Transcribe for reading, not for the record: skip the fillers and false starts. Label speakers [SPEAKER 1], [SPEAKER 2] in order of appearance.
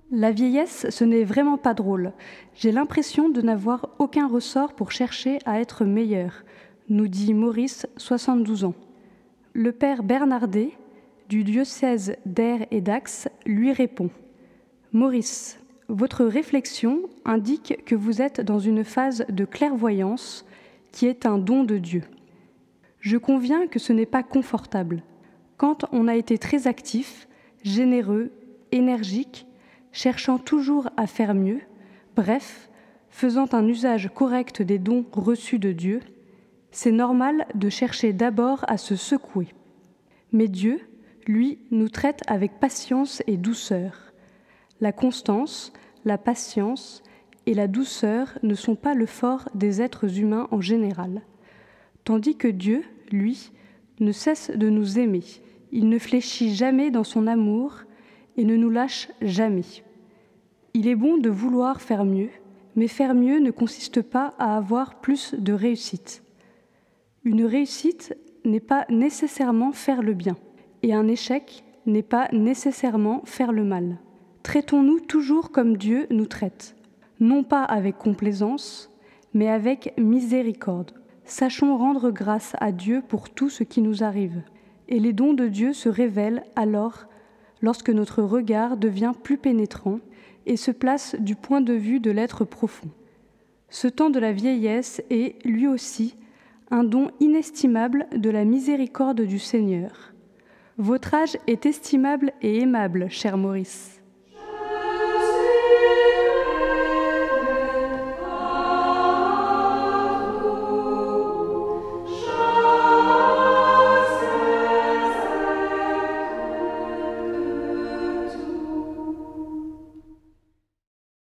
[SPEAKER 1] La vieillesse, ce n'est vraiment pas drôle. J'ai l'impression de n'avoir aucun ressort pour chercher à être meilleur, nous dit Maurice, 72 ans. Le père Bernardet, du diocèse d'Aire et d'Ax, lui répond « Maurice, votre réflexion indique que vous êtes dans une phase de clairvoyance qui est un don de Dieu. Je conviens que ce n'est pas confortable. Quand on a été très actif, généreux, énergique, cherchant toujours à faire mieux, bref, faisant un usage correct des dons reçus de Dieu, c'est normal de chercher d'abord à se secouer. Mais Dieu, lui, nous traite avec patience et douceur. La constance, la patience et la douceur ne sont pas le fort des êtres humains en général. Tandis que Dieu, lui, ne cesse de nous aimer. Il ne fléchit jamais dans son amour et ne nous lâche jamais. Il est bon de vouloir faire mieux, mais faire mieux ne consiste pas à avoir plus de réussite. Une réussite n'est pas nécessairement faire le bien, et un échec n'est pas nécessairement faire le mal. Traitons-nous toujours comme Dieu nous traite, non pas avec complaisance, mais avec miséricorde. Sachons rendre grâce à Dieu pour tout ce qui nous arrive, et les dons de Dieu se révèlent alors lorsque notre regard devient plus pénétrant et se place du point de vue de l'être profond. Ce temps de la vieillesse est, lui aussi, un don inestimable de la miséricorde du Seigneur. Votre âge est estimable et aimable, cher Maurice.